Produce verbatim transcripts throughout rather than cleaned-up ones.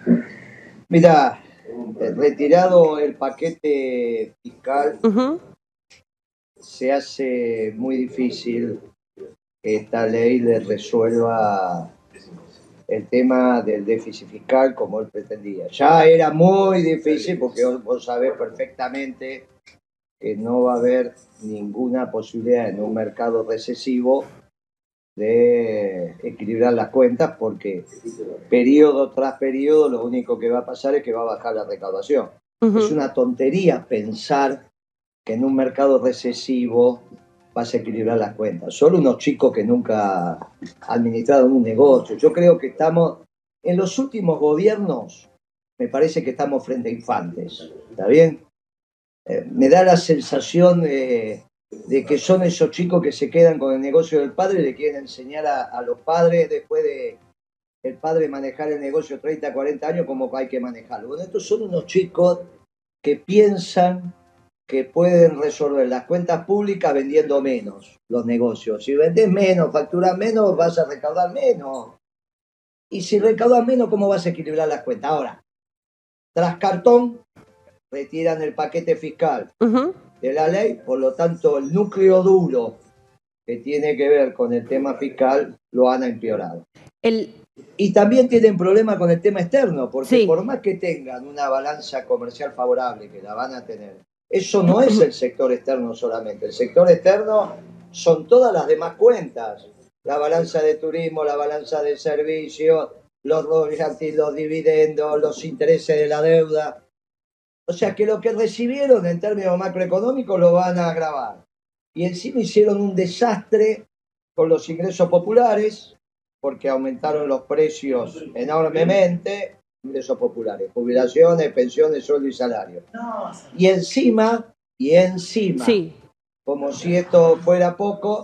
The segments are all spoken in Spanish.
Mira, retirado el paquete fiscal, Uh-huh. se hace muy difícil que esta ley le resuelva el tema del déficit fiscal como él pretendía. Ya era muy difícil porque vos sabés perfectamente que no va a haber ninguna posibilidad en un mercado recesivo de equilibrar las cuentas, porque periodo tras periodo lo único que va a pasar es que va a bajar la recaudación. Uh-huh. Es una tontería pensar que en un mercado recesivo vas a equilibrar las cuentas. Solo unos chicos que nunca administraron un negocio. Yo creo que estamos, en los últimos gobiernos, me parece que estamos frente a infantes. ¿Está bien? Eh, me da la sensación de, de que son esos chicos que se quedan con el negocio del padre y le quieren enseñar a, a los padres, después de el padre manejar el negocio treinta, cuarenta años, como hay que manejarlo. Bueno, estos son unos chicos que piensan que pueden resolver las cuentas públicas vendiendo menos los negocios. Si vendés menos, facturas menos, vas a recaudar menos. Y si recaudas menos, ¿cómo vas a equilibrar las cuentas? Ahora, tras cartón, retiran el paquete fiscal uh-huh. de la ley, por lo tanto, el núcleo duro que tiene que ver con el tema fiscal lo han empeorado. El... Y también tienen problemas con el tema externo, porque sí. por más que tengan una balanza comercial favorable, que la van a tener, eso no es el sector externo solamente. El sector externo son todas las demás cuentas. La balanza de turismo, la balanza de servicios, los royalties, los dividendos, los intereses de la deuda. O sea que lo que recibieron en términos macroeconómicos lo van a agravar. Y encima hicieron un desastre con los ingresos populares, porque aumentaron los precios enormemente. Ingresos populares, jubilaciones, pensiones, sueldo y salario. Y encima, y encima, sí. como si esto fuera poco,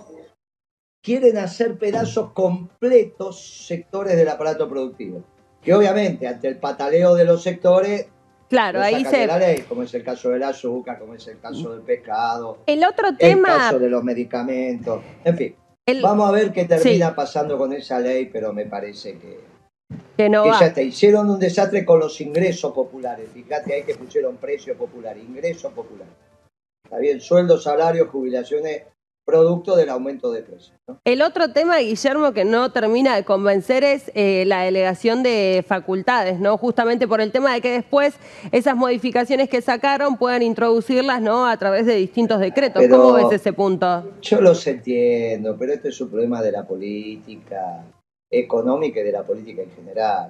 quieren hacer pedazos completos sectores del aparato productivo. Que obviamente, ante el pataleo de los sectores, claro, ahí se... la ley, como es el caso del azúcar, como es el caso del pescado, el otro tema, el caso de los medicamentos, en fin. El... Vamos a ver qué termina sí. pasando con esa ley, pero me parece que... Que, no que va. ya te hicieron un desastre con los ingresos populares. Fíjate ahí que pusieron precio popular, ingreso popular. Está bien, sueldos, salarios, jubilaciones, producto del aumento de precios, ¿no? El otro tema, Guillermo, que no termina de convencer es eh, la delegación de facultades, ¿no? Justamente por el tema de que después esas modificaciones que sacaron puedan introducirlas, ¿no? A través de distintos decretos. Pero ¿cómo ves ese punto? Yo los entiendo, pero este es un problema de la política económica y de la política en general.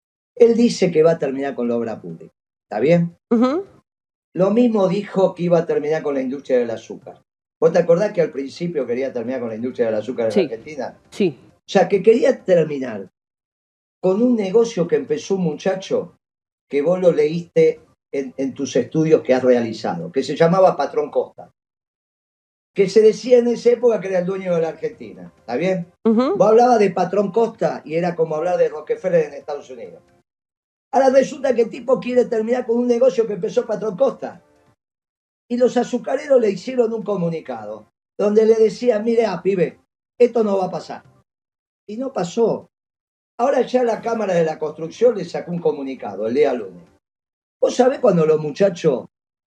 Él dice que va a terminar con la obra pública, ¿está bien? Uh-huh. Lo mismo dijo que iba a terminar con la industria del azúcar. ¿Vos te acordás que al principio quería terminar con la industria del azúcar en sí. Argentina? Sí. O sea, que quería terminar con un negocio que empezó un muchacho que vos lo leíste en, en tus estudios que has realizado, que se llamaba Patrón Costa. Que se decía en esa época que era el dueño de la Argentina, ¿está bien? Uh-huh. Vos hablabas de Patrón Costa y era como hablar de Rockefeller en Estados Unidos. Ahora resulta que el tipo quiere terminar con un negocio que empezó Patrón Costa. Y los azucareros le hicieron un comunicado donde le decían, mire, ah, pibe, esto no va a pasar. Y no pasó. Ahora ya la Cámara de la Construcción le sacó un comunicado el día lunes. ¿Vos sabés cuando los muchachos...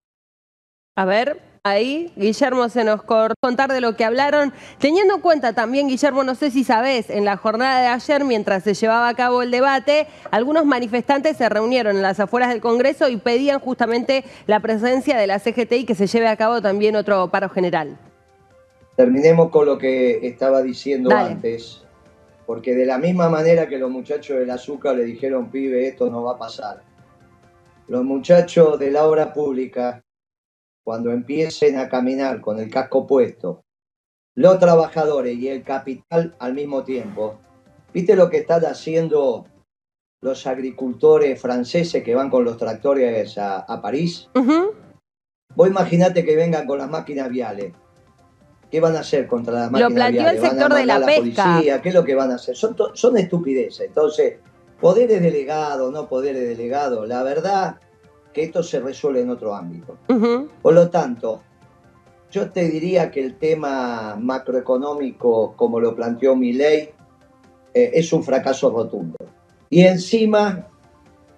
A ver, ahí Guillermo se nos cortó contar de lo que hablaron, teniendo en cuenta también, Guillermo, no sé si sabés, en la jornada de ayer, mientras se llevaba a cabo el debate, algunos manifestantes se reunieron en las afueras del Congreso y pedían justamente la presencia de la C G T y que se lleve a cabo también otro paro general. Terminemos con lo que estaba diciendo Dale. antes, porque de la misma manera que los muchachos del azúcar le dijeron, pibe, esto no va a pasar, los muchachos de la obra pública, cuando empiecen a caminar con el casco puesto, los trabajadores y el capital al mismo tiempo, ¿viste lo que están haciendo los agricultores franceses que van con los tractores a, a París? Uh-huh. Vos imaginate que vengan con las máquinas viales. ¿Qué van a hacer contra las máquinas viales? Lo planteó el sector de la, la pesca. Policía? ¿Qué es lo que van a hacer? Son, son estupideces. Entonces, poderes delegados, no poderes delegados, la verdad que esto se resuelve en otro ámbito. Uh-huh. Por lo tanto, yo te diría que el tema macroeconómico, como lo planteó Milei, eh, es un fracaso rotundo. Y encima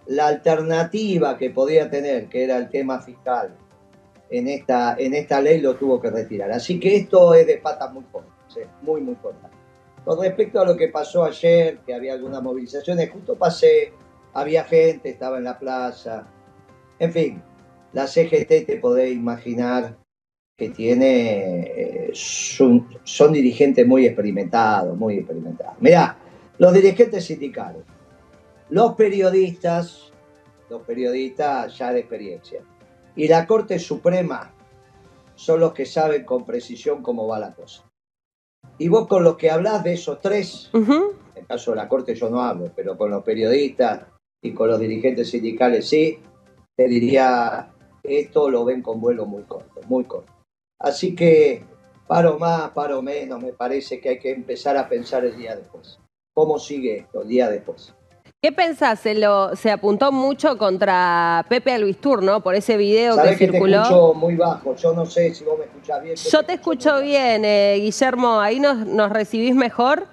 la alternativa que podía tener, que era el tema fiscal, en esta, en esta ley lo tuvo que retirar. Así que esto es de patas muy cortas, ¿eh? muy, muy cortas. Con respecto a lo que pasó ayer, que había algunas movilizaciones, justo pasé, había gente, estaba en la plaza. En fin, la C G T te podés imaginar que tiene, eh, son, son dirigentes muy experimentados, muy experimentados. Mirá, los dirigentes sindicales, los periodistas, los periodistas ya de experiencia, y la Corte Suprema son los que saben con precisión cómo va la cosa. Y vos con los que hablás de esos tres, uh-huh. en el caso de la Corte yo no hablo, pero con los periodistas y con los dirigentes sindicales sí, te diría, esto lo ven con vuelo muy corto, muy corto. Así que, paro más, paro menos, me parece que hay que empezar a pensar el día después. ¿Cómo sigue esto el día después? ¿Qué pensás? Se, lo, se apuntó mucho contra Pepe Albistur, ¿no? Por ese video que, que circuló. Te escucho muy bajo, yo no sé si vos me escuchás bien. Yo, yo te, te escucho, escucho bien, eh, Guillermo, ¿ahí nos, nos recibís mejor?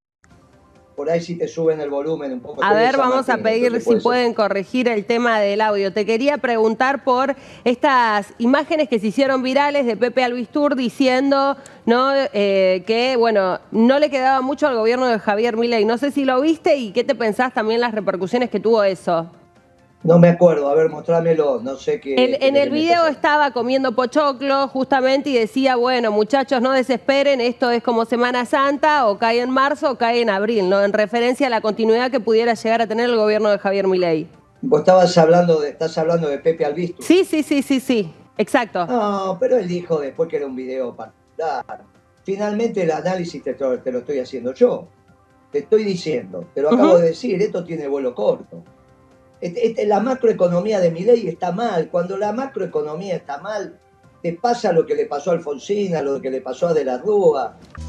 Por ahí sí te suben el volumen un poco. A ver, vamos Martín, a pedir si pueden corregir el tema del audio. Te quería preguntar por estas imágenes que se hicieron virales de Pepe Albistur diciendo, ¿no? Eh, que, bueno, no le quedaba mucho al gobierno de Javier Milei. No sé si lo viste y qué te pensás también las repercusiones que tuvo eso. No me acuerdo, a ver, mostrámelo, no sé qué... En, qué en el video estaba comiendo pochoclo justamente y decía, bueno, muchachos, no desesperen, esto es como Semana Santa, o cae en marzo o cae en abril, ¿no? En referencia a la continuidad que pudiera llegar a tener el gobierno de Javier Milei. Vos estabas hablando de, estás hablando de Pepe Albistur. Sí, sí, sí, sí, sí, exacto. No, pero él dijo después que era un video particular. Finalmente el análisis te, te lo estoy haciendo yo. Te estoy diciendo, te lo acabo uh-huh. de decir, esto tiene vuelo corto. La macroeconomía de Milei está mal. Cuando la macroeconomía está mal, te pasa lo que le pasó a Alfonsina, lo que le pasó a De la Rúa.